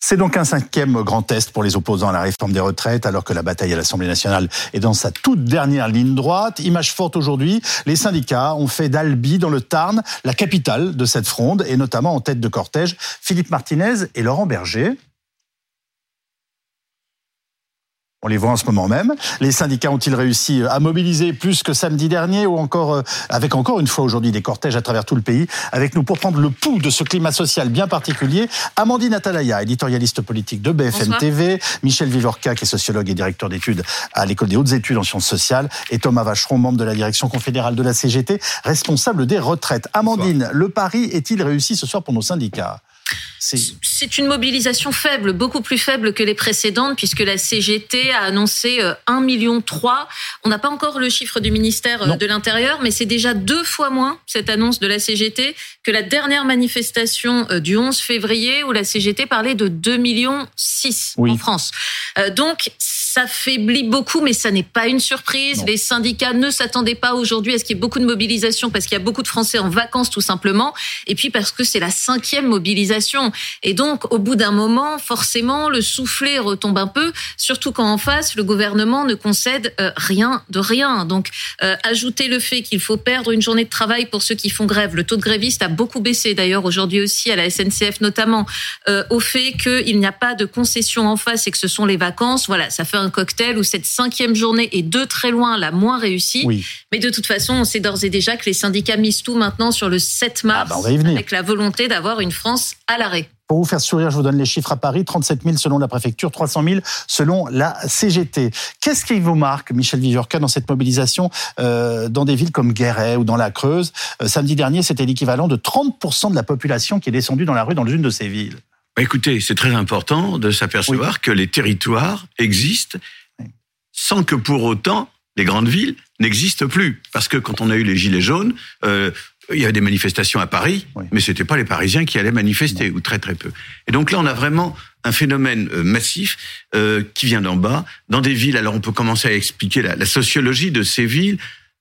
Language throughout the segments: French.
C'est donc un 5e grand test pour les opposants à la réforme des retraites, alors que la bataille à l'Assemblée nationale est dans sa toute dernière ligne droite. Image forte aujourd'hui, les syndicats ont fait d'Albi, dans le Tarn, la capitale de cette fronde, et notamment en tête de cortège, Philippe Martinez et Laurent Berger. On les voit en ce moment même. Les syndicats ont-ils réussi à mobiliser plus que samedi dernier ou encore, avec encore une fois aujourd'hui des cortèges à travers tout le pays? Avec nous pour prendre le pouls de ce climat social bien particulier, Amandine Atalaya, éditorialiste politique de BFM Bonsoir. TV, Michel Vivorca, qui est sociologue et directeur d'études à l'École des hautes études en sciences sociales, et Thomas Vacheron, membre de la direction confédérale de la CGT, responsable des retraites. Amandine, Bonsoir. le pari est-il réussi ce soir pour nos syndicats? C'est une mobilisation faible, beaucoup plus faible que les précédentes, puisque la CGT a annoncé 1,3 million. On n'a pas encore le chiffre du ministère de l'Intérieur, mais c'est déjà 2 fois moins, cette annonce de la CGT, que la dernière manifestation du 11 février, où la CGT parlait de 2,6 millions en France. Donc, ça faiblit beaucoup, mais ça n'est pas une surprise. Non. Les syndicats ne s'attendaient pas aujourd'hui à ce qu'il y ait beaucoup de mobilisation, parce qu'il y a beaucoup de Français en vacances, tout simplement, et puis parce que c'est la 5e mobilisation. Et donc, au bout d'un moment, forcément, le soufflet retombe un peu, surtout quand en face, le gouvernement ne concède rien de rien. Donc, ajouter le fait qu'il faut perdre une journée de travail pour ceux qui font grève. Le taux de grévistes a beaucoup baissé, d'ailleurs, aujourd'hui aussi, à la SNCF notamment, au fait qu'il n'y a pas de concession en face et que ce sont les vacances. Voilà, ça fait un cocktail où cette 5e journée est de très loin la moins réussie. Oui. Mais de toute façon, on sait d'ores et déjà que les syndicats misent tout maintenant sur le 7 mars, on va y venir. avec la volonté d'avoir une France à l'arrêt. Pour vous faire sourire, je vous donne les chiffres à Paris, 37 000 selon la préfecture, 300 000 selon la CGT. Qu'est-ce qui vous marque, Michel Vivorca, dans cette mobilisation dans des villes comme Guéret ou dans la Creuse? Samedi dernier, c'était l'équivalent de 30% de la population qui est descendue dans la rue dans l'une de ces villes. Écoutez, c'est très important de s'apercevoir que les territoires existent sans que pour autant les grandes villes n'existent plus. Parce que quand on a eu les Gilets jaunes, il y avait des manifestations à Paris, mais c'était pas les Parisiens qui allaient manifester, ou très très peu. Et donc là, on a vraiment un phénomène massif qui vient d'en bas, dans des villes. Alors on peut commencer à expliquer la sociologie de ces villes.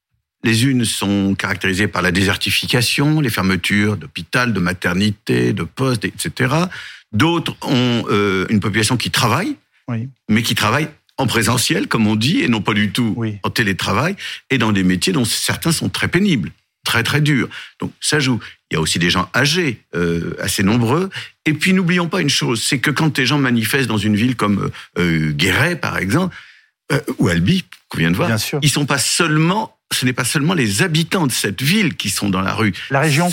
Les unes sont caractérisées par la désertification, les fermetures d'hôpitaux, de maternités, de postes, etc. D'autres ont une population qui travaille, mais qui travaille en présentiel, comme on dit, et non pas du tout en télétravail, et dans des métiers dont certains sont très pénibles, très très durs. Donc ça joue. Il y a aussi des gens âgés, assez nombreux. Et puis n'oublions pas une chose, c'est que quand les gens manifestent dans une ville comme Guéret, par exemple, ou Albi, qu'on vient de voir, ils sont pas seulement, ce n'est pas seulement les habitants de cette ville qui sont dans la rue. La région.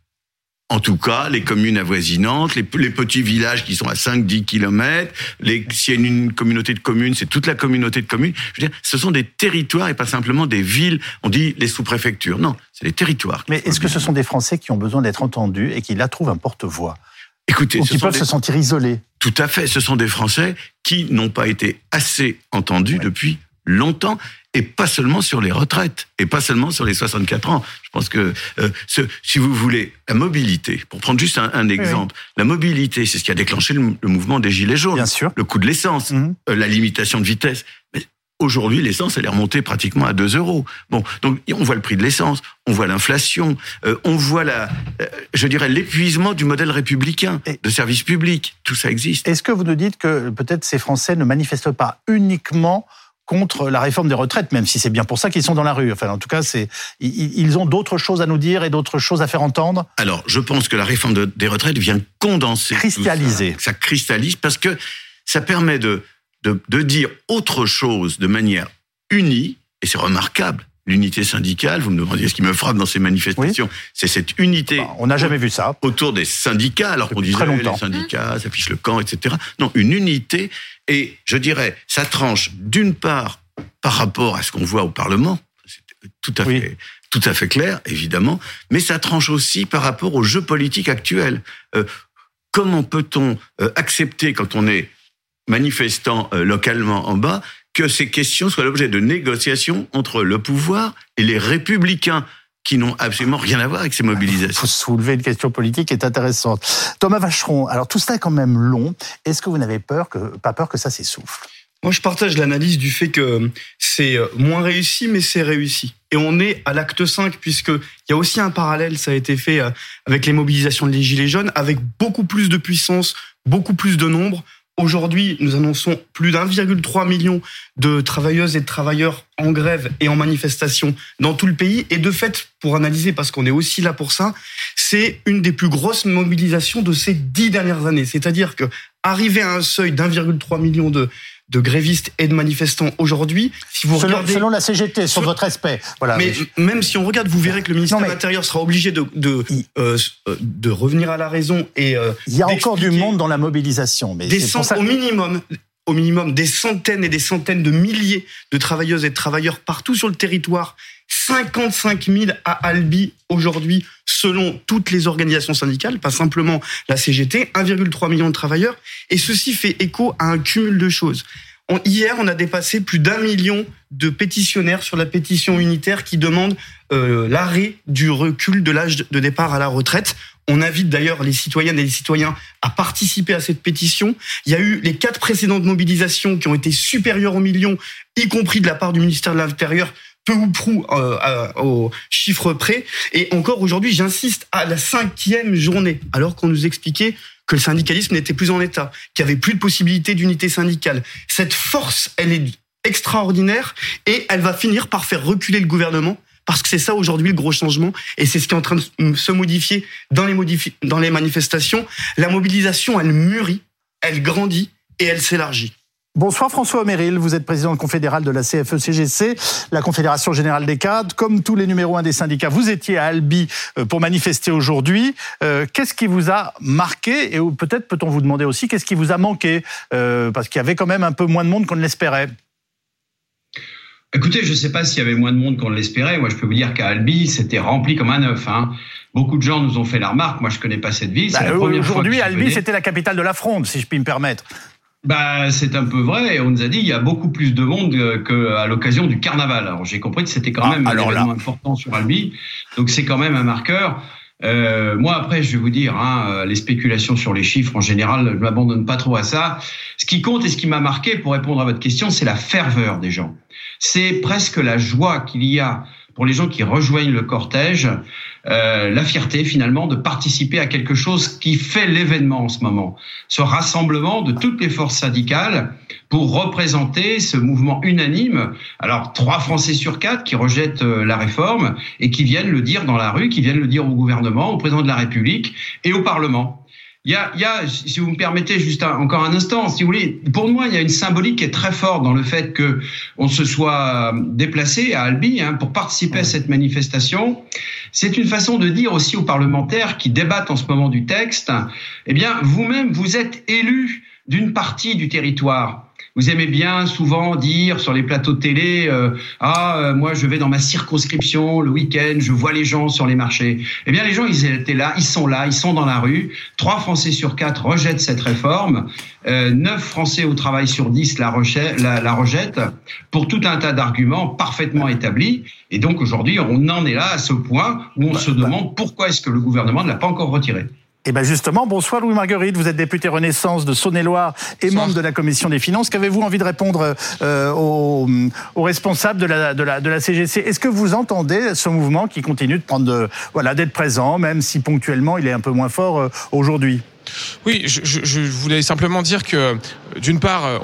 En tout cas, les communes avoisinantes, les petits villages qui sont à 5-10 kilomètres, s'il y a une communauté de communes, c'est toute la communauté de communes. Je veux dire, ce sont des territoires et pas simplement des villes. On dit les sous-préfectures. Non, c'est des territoires. Mais est-ce que ce sont des Français qui ont besoin d'être entendus et qui là trouvent un porte-voix? Écoutez, ou qui peuvent se sentir isolés? Tout à fait. Ce sont des Français qui n'ont pas été assez entendus depuis longtemps. Et pas seulement sur les retraites, et pas seulement sur les 64 ans. Je pense que, si vous voulez, la mobilité, pour prendre juste un exemple, la mobilité, c'est ce qui a déclenché le mouvement des Gilets jaunes. Bien sûr. Le coût de l'essence, la limitation de vitesse. Mais aujourd'hui, l'essence, elle est remontée pratiquement à 2 €. Bon, donc on voit le prix de l'essence, on voit l'inflation, on voit je dirais, l'épuisement du modèle républicain de service public. Tout ça existe. Est-ce que vous nous dites que peut-être ces Français ne manifestent pas uniquement contre la réforme des retraites, même si c'est bien pour ça qu'ils sont dans la rue. Enfin, en tout cas, ils ont d'autres choses à nous dire et d'autres choses à faire entendre. Alors, je pense que la réforme des retraites vient condenser, cristalliser. Ça cristallise parce que ça permet de dire autre chose de manière unie, et c'est remarquable. L'unité syndicale, vous me demandiez ce qui me frappe dans ces manifestations, c'est cette unité. On n'a jamais vu ça. Autour des syndicats, alors qu'on disait les syndicats, ça fiche le camp, etc. Non, une unité. Et je dirais, ça tranche d'une part par rapport à ce qu'on voit au Parlement, c'est tout à fait clair, évidemment, mais ça tranche aussi par rapport au jeu politique actuel. Comment peut-on accepter, quand on est manifestant localement en bas, que ces questions soient l'objet de négociations entre le pouvoir et les républicains qui n'ont absolument rien à voir avec ces mobilisations. Il faut soulever une question politique qui est intéressante. Thomas Vacheron, alors tout ça est quand même long. Est-ce que vous n'avez pas peur que ça s'essouffle? Moi, je partage l'analyse du fait que c'est moins réussi, mais c'est réussi. Et on est à l'acte 5, puisqu'il y a aussi un parallèle, ça a été fait avec les mobilisations des Gilets jaunes, avec beaucoup plus de puissance, beaucoup plus de nombre. Aujourd'hui, nous annonçons plus d'1,3 million de travailleuses et de travailleurs en grève et en manifestation dans tout le pays. Et de fait, pour analyser, parce qu'on est aussi là pour ça, c'est une des plus grosses mobilisations de ces 10 dernières années. C'est-à-dire que arriver à un seuil d'1,3 million de grévistes et de manifestants aujourd'hui, si vous regardez... Selon la CGT, sur votre respect. Voilà. Mais même si on regarde, vous verrez que le ministère de l'Intérieur sera obligé de revenir à la raison et il y a encore du monde dans la mobilisation. Mais au minimum, des centaines et des centaines de milliers de travailleuses et de travailleurs partout sur le territoire. 55 000 à Albi aujourd'hui, selon toutes les organisations syndicales, pas simplement la CGT, 1,3 million de travailleurs. Et ceci fait écho à un cumul de choses. Hier, on a dépassé plus d'1 million de pétitionnaires sur la pétition unitaire qui demande l'arrêt du recul de l'âge de départ à la retraite. On invite d'ailleurs les citoyennes et les citoyens à participer à cette pétition. Il y a eu les 4 précédentes mobilisations qui ont été supérieures au million, y compris de la part du ministère de l'Intérieur, peu ou prou au chiffre près. Et encore aujourd'hui, j'insiste, à la 5e journée, alors qu'on nous expliquait que le syndicalisme n'était plus en état, qu'il n'y avait plus de possibilité d'unité syndicale. Cette force, elle est extraordinaire et elle va finir par faire reculer le gouvernement, parce que c'est ça aujourd'hui le gros changement et c'est ce qui est en train de se modifier dans les manifestations. La mobilisation, elle mûrit, elle grandit et elle s'élargit. Bonsoir François Omeril, vous êtes président confédéral de la CFE-CGC, la Confédération Générale des Cadres. Comme tous les numéros 1 des syndicats, vous étiez à Albi pour manifester aujourd'hui. Qu'est-ce qui vous a marqué et peut-être peut-on vous demander aussi qu'est-ce qui vous a manqué parce qu'il y avait quand même un peu moins de monde qu'on ne l'espérait. Écoutez, je ne sais pas s'il y avait moins de monde qu'on l'espérait. Moi, je peux vous dire qu'à Albi, c'était rempli comme un œuf. Beaucoup de gens nous ont fait la remarque. Moi, je ne connais pas cette ville. Aujourd'hui, Albi, c'était la capitale de la fronde, si je puis me permettre. C'est un peu vrai. On nous a dit qu'il y a beaucoup plus de monde qu'à l'occasion du carnaval. Alors, j'ai compris que c'était quand même un événement important sur Albi. Donc, c'est quand même un marqueur. Moi, après, je vais vous dire, les spéculations sur les chiffres, en général, je m'abandonne pas trop à ça. Ce qui compte et ce qui m'a marqué, pour répondre à votre question, c'est la ferveur des gens. C'est presque la joie qu'il y a pour les gens qui rejoignent le cortège, la fierté finalement de participer à quelque chose qui fait l'événement en ce moment. Ce rassemblement de toutes les forces syndicales pour représenter ce mouvement unanime. Alors 3 Français sur 4 qui rejettent la réforme et qui viennent le dire dans la rue, qui viennent le dire au gouvernement, au président de la République et au Parlement. Il y a, si vous me permettez juste encore un instant, si vous voulez, pour moi, il y a une symbolique qui est très forte dans le fait que on se soit déplacé à Albi pour participer à cette manifestation. C'est une façon de dire aussi aux parlementaires qui débattent en ce moment du texte, eh bien, vous-même, vous êtes élus d'une partie du territoire. Vous aimez bien souvent dire sur les plateaux de télé moi je vais dans ma circonscription le week-end, je vois les gens sur les marchés. Eh bien les gens ils étaient là, ils sont dans la rue. 3 Français sur 4 rejettent cette réforme. 9 Français au travail sur 10 la rejettent pour tout un tas d'arguments parfaitement établis. Et donc aujourd'hui on en est là à ce point où on se demande pourquoi est-ce que le gouvernement ne l'a pas encore retiré. Et bien justement, bonsoir Louis Marguerite, vous êtes député Renaissance de Saône-et-Loire et membre de la commission des finances. Qu'avez-vous envie de répondre aux responsables de la CGC? Est-ce que vous entendez ce mouvement qui continue de d'être présent, même si ponctuellement il est un peu moins fort aujourd'hui? Oui, je voulais simplement dire que d'une part...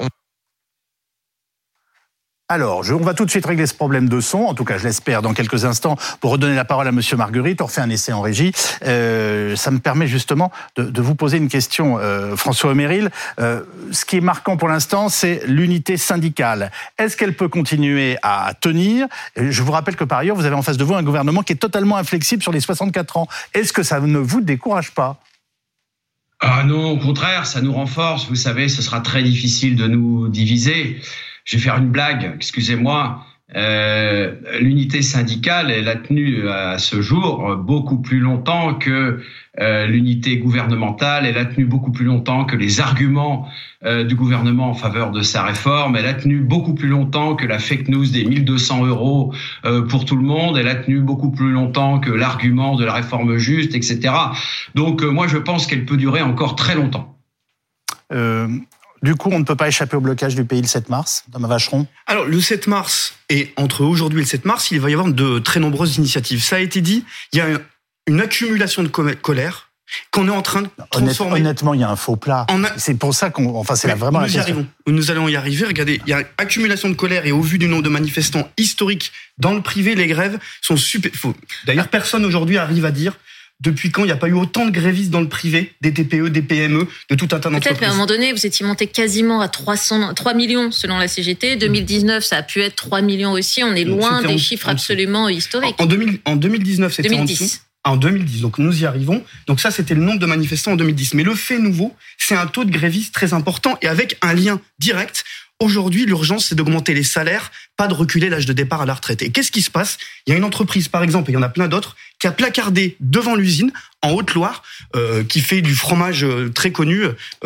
Alors, on va tout de suite régler ce problème de son, en tout cas je l'espère dans quelques instants, pour redonner la parole à Monsieur Marguerite. On refait un essai en régie. Ça me permet justement de vous poser une question, François Omeril. Ce qui est marquant pour l'instant, c'est l'unité syndicale. Est-ce qu'elle peut continuer à tenir? Je vous rappelle que par ailleurs, vous avez en face de vous un gouvernement qui est totalement inflexible sur les 64 ans. Est-ce que ça ne vous décourage pas? Ah non, au contraire, ça nous renforce. Vous savez, ce sera très difficile de nous diviser. Je vais faire une blague, excusez-moi. L'unité syndicale, elle a tenu à ce jour beaucoup plus longtemps que l'unité gouvernementale. Elle a tenu beaucoup plus longtemps que les arguments du gouvernement en faveur de sa réforme. Elle a tenu beaucoup plus longtemps que la fake news des 1 200 € pour tout le monde. Elle a tenu beaucoup plus longtemps que l'argument de la réforme juste, etc. Donc moi, je pense qu'elle peut durer encore très longtemps. Du coup, on ne peut pas échapper au blocage du pays le 7 mars, Thomas Vacheron? Alors, le 7 mars, et entre aujourd'hui et le 7 mars, il va y avoir de très nombreuses initiatives. Ça a été dit, il y a une accumulation de colère qu'on est en train de transformer. Honnêtement, il y a un faux plat. C'est pour ça c'est vraiment la question. Nous allons y arriver. Regardez, il y a accumulation de colère et au vu du nombre de manifestants historiques dans le privé, les grèves sont super. D'ailleurs, personne aujourd'hui arrive à dire depuis quand il n'y a pas eu autant de grévistes dans le privé, des TPE, des PME, de tout un tas d'entreprises. Peut-être qu'à un moment donné, vous étiez monté quasiment à 3 millions selon la CGT. 2019, ça a pu être 3 millions aussi. On est loin des chiffres absolument historiques. En 2019, c'était 2010. En dessous. En 2010, donc nous y arrivons. Donc ça, c'était le nombre de manifestants en 2010. Mais le fait nouveau, c'est un taux de grévistes très important et avec un lien direct. Aujourd'hui, l'urgence, c'est d'augmenter les salaires, pas de reculer l'âge de départ à la retraite. Et qu'est-ce qui se passe? Il y a une entreprise, par exemple, et il y en a plein d'autres, qui a placardé devant l'usine, en Haute-Loire, qui fait du fromage très connu,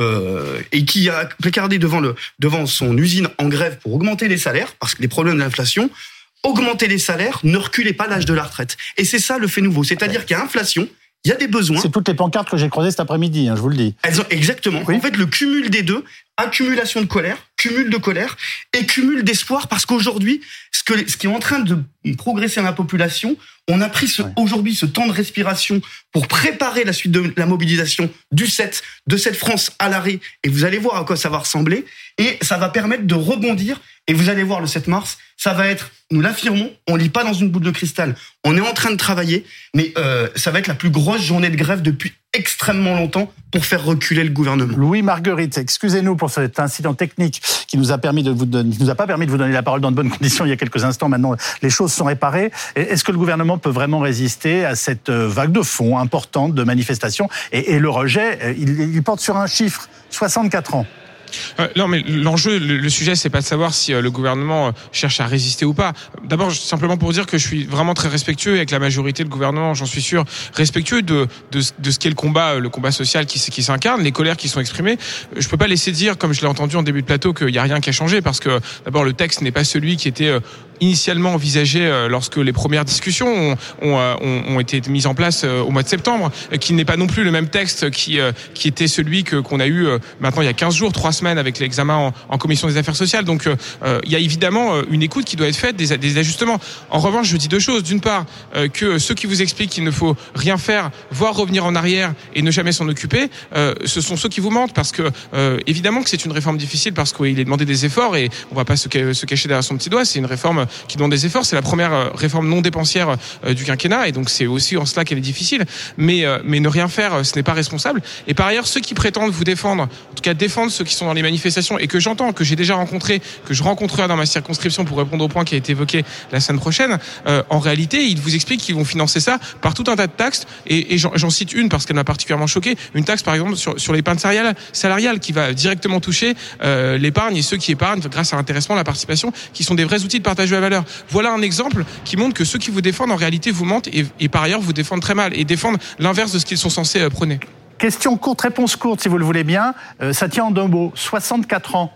et qui a placardé devant son usine en grève pour augmenter les salaires, parce que les problèmes de l'inflation. Augmenter les salaires, ne reculez pas l'âge de la retraite. Et c'est ça le fait nouveau. C'est-à-dire qu'il y a inflation, il y a des besoins. C'est toutes les pancartes que j'ai croisées cet après-midi, je vous le dis. Exactement. Oui. En fait, le cumul des deux, accumulation de colère, cumul de colère et cumul d'espoir, parce qu'aujourd'hui, ce qui est en train de progresser dans la population, on a pris aujourd'hui ce temps de respiration pour préparer la suite de la mobilisation de cette France à l'arrêt. Et vous allez voir à quoi ça va ressembler. Et ça va permettre de rebondir. Et vous allez voir le 7 mars, ça va être, nous l'affirmons, on lit pas dans une boule de cristal. On est en train de travailler, mais ça va être la plus grosse journée de grève depuis extrêmement longtemps pour faire reculer le gouvernement. Louis Marguerite, excusez-nous pour cet incident technique qui nous a pas permis de vous donner la parole dans de bonnes conditions il y a quelques instants. Maintenant, les choses sont réparées. Est-ce que le gouvernement peut vraiment résister à cette vague de fond importante de manifestations et le rejet, il porte sur un chiffre, 64 ans. Non, mais l'enjeu, le sujet, c'est pas de savoir si le gouvernement cherche à résister ou pas. D'abord, simplement pour dire que je suis vraiment très respectueux avec la majorité, le gouvernement, j'en suis sûr, respectueux de ce qu'est le combat social qui s'incarne, les colères qui sont exprimées. Je peux pas laisser dire, comme je l'ai entendu en début de plateau, qu'il y a rien qui a changé, parce que d'abord le texte n'est pas celui qui était initialement envisagé lorsque les premières discussions ont été mises en place au mois de septembre, qui n'est pas non plus le même texte qui était celui qu'on a eu maintenant il y a 15 jours, 3 semaines avec l'examen en commission des affaires sociales. Donc il y a évidemment une écoute qui doit être faite, des ajustements. En revanche, je dis deux choses. D'une part, que ceux qui vous expliquent qu'il ne faut rien faire, voire revenir en arrière et ne jamais s'en occuper, ce sont ceux qui vous mentent, parce que évidemment que c'est une réforme difficile, parce qu'il est demandé des efforts et on va pas se cacher derrière son petit doigt. C'est une réforme qui demande des efforts. C'est la première réforme non dépensière du quinquennat, et donc c'est aussi en cela qu'elle est difficile. Mais ne rien faire, ce n'est pas responsable. Et par ailleurs, ceux qui prétendent vous défendre, en tout cas défendre ceux qui sont dans les manifestations, et que j'entends, que j'ai déjà rencontré, que je rencontrerai dans ma circonscription pour répondre au point qui a été évoqué la semaine prochaine, en réalité, ils vous expliquent qu'ils vont financer ça par tout un tas de taxes, et j'en cite une parce qu'elle m'a particulièrement choqué, une taxe par exemple sur l'épargne salariale qui va directement toucher l'épargne et ceux qui épargnent grâce à l'intéressement, la participation, qui sont des vrais outils de partage de la valeur. Voilà un exemple qui montre que ceux qui vous défendent en réalité vous mentent, et par ailleurs vous défendent très mal et défendent l'inverse de ce qu'ils sont censés prôner. Question courte, réponse courte si vous le voulez bien. Ça tient en 2 mots. 64 ans.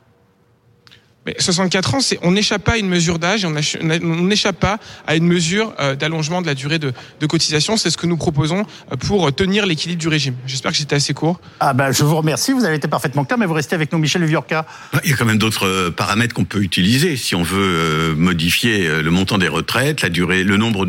Mais 64 ans, on n'échappe pas à une mesure d'âge, on n'échappe pas à une mesure d'allongement de la durée de cotisation. C'est ce que nous proposons pour tenir l'équilibre du régime. J'espère que j'étais assez court. Je vous remercie, vous avez été parfaitement clair, mais vous restez avec nous, Michel Viviorca. Il y a quand même d'autres paramètres qu'on peut utiliser si on veut modifier le montant des retraites, la durée, le nombre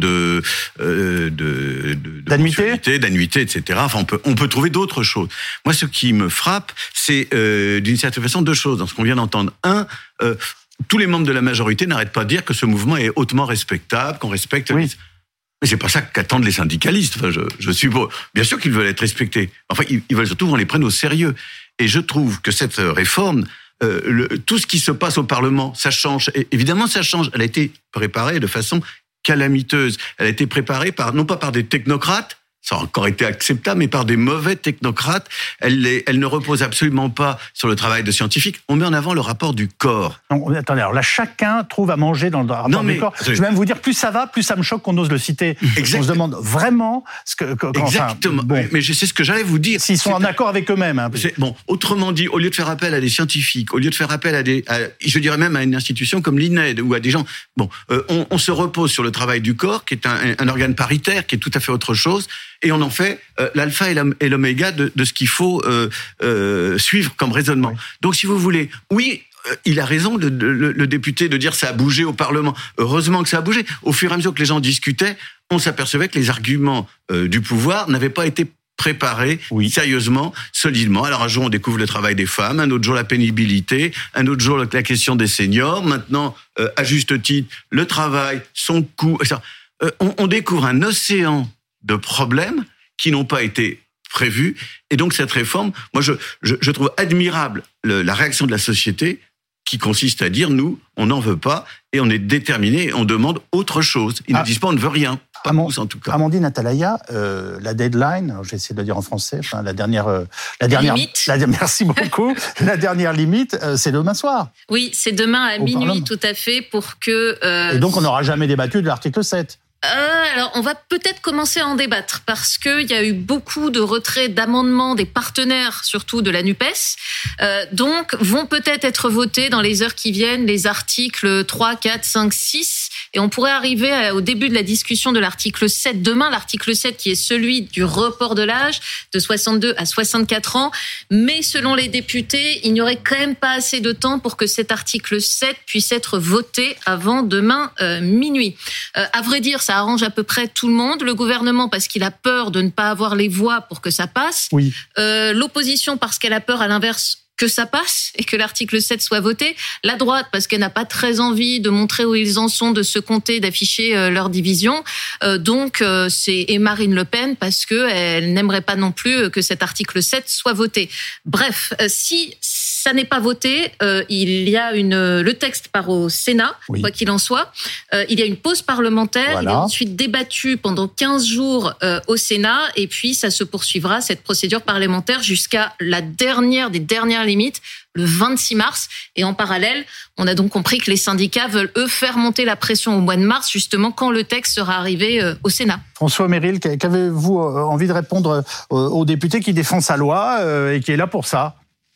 d'annuités, etc. Enfin, on peut trouver d'autres choses. Moi, ce qui me frappe, c'est d'une certaine façon 2 choses dans ce qu'on vient d'entendre. Tous les membres de la majorité n'arrêtent pas de dire que ce mouvement est hautement respectable, qu'on respecte. Oui. Mais c'est pas ça qu'attendent les syndicalistes. Enfin, je suppose. Bien sûr qu'ils veulent être respectés. Enfin, ils veulent surtout qu'on les prenne au sérieux. Et je trouve que cette réforme, tout ce qui se passe au Parlement, ça change. Et évidemment, ça change. Elle a été préparée de façon calamiteuse. Elle a été préparée non pas par des technocrates, ça a encore été acceptable, mais par des mauvais technocrates. Elle ne repose absolument pas sur le travail de scientifiques. On met en avant le rapport du corps. Non, attendez, alors là, chacun trouve à manger dans le rapport du corps. Je vais même vous dire, plus ça va, plus ça me choque qu'on ose le citer. On se demande vraiment ce que... Exactement. Bon, mais c'est ce que j'allais vous dire. S'ils sont en accord avec eux-mêmes. Autrement dit, au lieu de faire appel à des scientifiques, au lieu de faire appel je dirais même à une institution comme l'INED ou à des gens... on se repose sur le travail du corps, qui est un organe paritaire, qui est tout à fait autre chose. et on en fait l'alpha et l'oméga de ce qu'il faut suivre comme raisonnement. Oui. Donc, si vous voulez, oui, il a raison, le député, de dire ça a bougé au Parlement. Heureusement que ça a bougé. Au fur et à mesure que les gens discutaient, on s'apercevait que les arguments du pouvoir n'avaient pas été préparés sérieusement, solidement. Alors un jour, on découvre le travail des femmes, un autre jour, la pénibilité, un autre jour, la question des seniors. Maintenant, à juste titre, le travail, son coût. On découvre un océan de problèmes qui n'ont pas été prévus. Et donc, cette réforme, moi, je trouve admirable la réaction de la société qui consiste à dire, nous, on n'en veut pas et on est déterminés, on demande autre chose. Ils ne disent pas, on ne veut rien. Pas tous, en tout cas. Amandine Atalaya, la deadline, je vais essayer de le dire en français, enfin, la dernière limite. Merci beaucoup. La dernière limite, c'est demain soir. Oui, c'est demain à minuit, Parlement. Tout à fait, pour que... Et donc, on n'aura jamais débattu de l'article 7. Alors, on va peut-être commencer à en débattre parce qu'il y a eu beaucoup de retraits d'amendements des partenaires, surtout de la NUPES. Donc, vont peut-être être votés dans les heures qui viennent les articles 3, 4, 5, 6. Et on pourrait arriver au début de la discussion de l'article 7 demain. L'article 7 qui est celui du report de l'âge de 62 à 64 ans. Mais selon les députés, il n'y aurait quand même pas assez de temps pour que cet article 7 puisse être voté avant demain minuit. À vrai dire, ça arrange à peu près tout le monde. Le gouvernement parce qu'il a peur de ne pas avoir les voix pour que ça passe. Oui. L'opposition parce qu'elle a peur, à l'inverse, que ça passe et que l'article 7 soit voté. La droite parce qu'elle n'a pas très envie de montrer où ils en sont, de se compter, d'afficher leur division. Et Marine Le Pen parce qu'elle n'aimerait pas non plus que cet article 7 soit voté. Bref, si ça n'est pas voté, il y a le texte part au Sénat, quoi qu'il en soit. Il y a une pause parlementaire, il est ensuite débattu pendant 15 jours au Sénat et puis ça se poursuivra, cette procédure parlementaire, jusqu'à la dernière des dernières limites, le 26 mars. Et en parallèle, on a donc compris que les syndicats veulent, eux, faire monter la pression au mois de mars, justement quand le texte sera arrivé au Sénat. François Merrill, qu'avez-vous envie de répondre au député qui défend sa loi et qui est là pour ça ?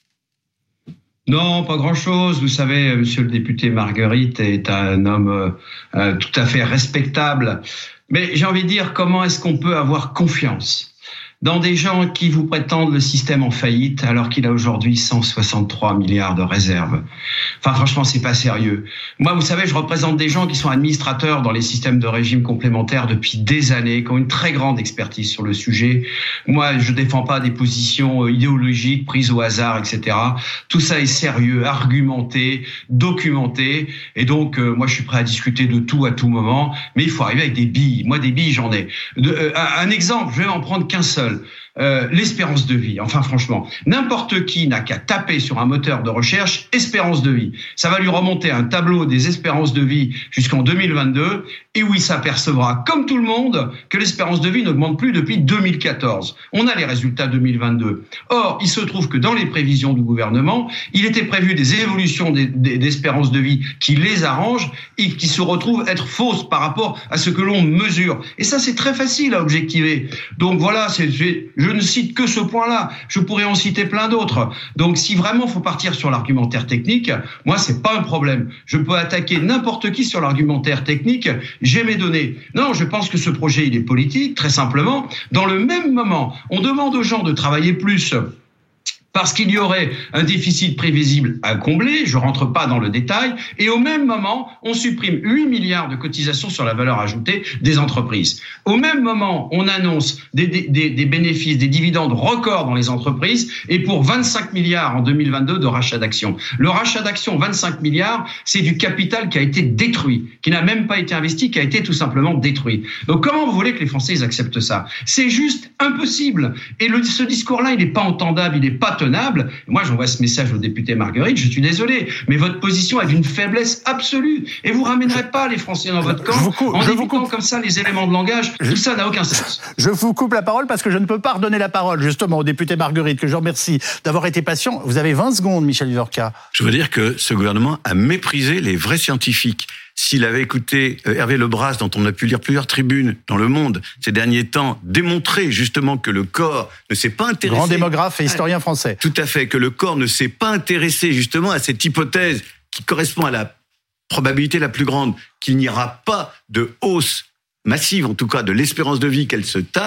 Non, pas grand-chose. Vous savez, monsieur le député Margueritte est un homme tout à fait respectable. Mais j'ai envie de dire, comment est-ce qu'on peut avoir confiance dans des gens qui vous prétendent le système en faillite alors qu'il a aujourd'hui 163 milliards de réserves? Enfin, franchement, c'est pas sérieux. Moi, vous savez, je représente des gens qui sont administrateurs dans les systèmes de régime complémentaires depuis des années, qui ont une très grande expertise sur le sujet. Moi, je défends pas des positions idéologiques prises au hasard, etc. Tout ça est sérieux, argumenté, documenté. Et donc, moi, je suis prêt à discuter de tout à tout moment. Mais il faut arriver avec des billes. Moi, des billes, j'en ai. Un exemple, je vais en prendre qu'un seul. L'espérance de vie. Enfin, franchement, n'importe qui n'a qu'à taper sur un moteur de recherche espérance de vie. Ça va lui remonter un tableau des espérances de vie jusqu'en 2022 et où il s'apercevra, comme tout le monde, que l'espérance de vie n'augmente plus depuis 2014. On a les résultats 2022. Or, il se trouve que dans les prévisions du gouvernement, il était prévu des évolutions d'espérance de vie qui les arrangent et qui se retrouvent être fausses par rapport à ce que l'on mesure. Et ça, c'est très facile à objectiver. Donc voilà, je ne cite que ce point-là. Je pourrais en citer plein d'autres. Donc, si vraiment faut partir sur l'argumentaire technique, moi, c'est pas un problème. Je peux attaquer n'importe qui sur l'argumentaire technique. J'ai mes données. Non, je pense que ce projet, il est politique, très simplement. Dans le même moment, on demande aux gens de travailler plus parce qu'il y aurait un déficit prévisible à combler, je rentre pas dans le détail, et au même moment, on supprime 8 milliards de cotisations sur la valeur ajoutée des entreprises. Au même moment, on annonce des bénéfices, des dividendes records dans les entreprises, et pour 25 milliards en 2022 de rachat d'actions. Le rachat d'actions, 25 milliards, c'est du capital qui a été détruit, qui n'a même pas été investi, qui a été tout simplement détruit. Donc comment vous voulez que les Français ils acceptent ça? C'est juste impossible. Et ce discours-là, il n'est pas entendable, il n'est pas tenable. Moi, j'envoie ce message au député Margueritte, je suis désolé, mais votre position est d'une faiblesse absolue. Et vous ramènerez pas les Français dans votre camp en évitant comme ça les éléments de langage. Tout ça n'a aucun sens. Je vous coupe la parole parce que je ne peux pas redonner la parole justement au député Margueritte, que je remercie d'avoir été patient. Vous avez 20 secondes, Michel Vivorca. Je veux dire que ce gouvernement a méprisé les vrais scientifiques. S'il avait écouté Hervé Lebras, dont on a pu lire plusieurs tribunes dans le monde ces derniers temps, démontrer justement que le corps ne s'est pas intéressé... Grand démographe et historien français. Tout à fait, que le corps ne s'est pas intéressé justement à cette hypothèse qui correspond à la probabilité la plus grande qu'il n'y aura pas de hausse massive, en tout cas de l'espérance de vie, qu'elle se tasse,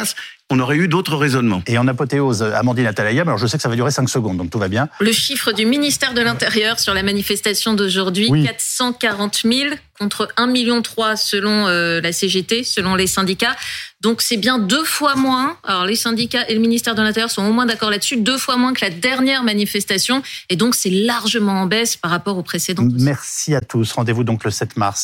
on aurait eu d'autres raisonnements. Et en apothéose, Amandine Atalaya, alors je sais que ça va durer 5 secondes, donc tout va bien. Le chiffre du ministère de l'Intérieur sur la manifestation d'aujourd'hui, 440 000 contre 1,3 million selon la CGT, selon les syndicats. Donc c'est bien 2 fois moins. Alors les syndicats et le ministère de l'Intérieur sont au moins d'accord là-dessus, 2 fois moins que la dernière manifestation. Et donc c'est largement en baisse par rapport aux précédentes. Merci à tous. Rendez-vous donc le 7 mars.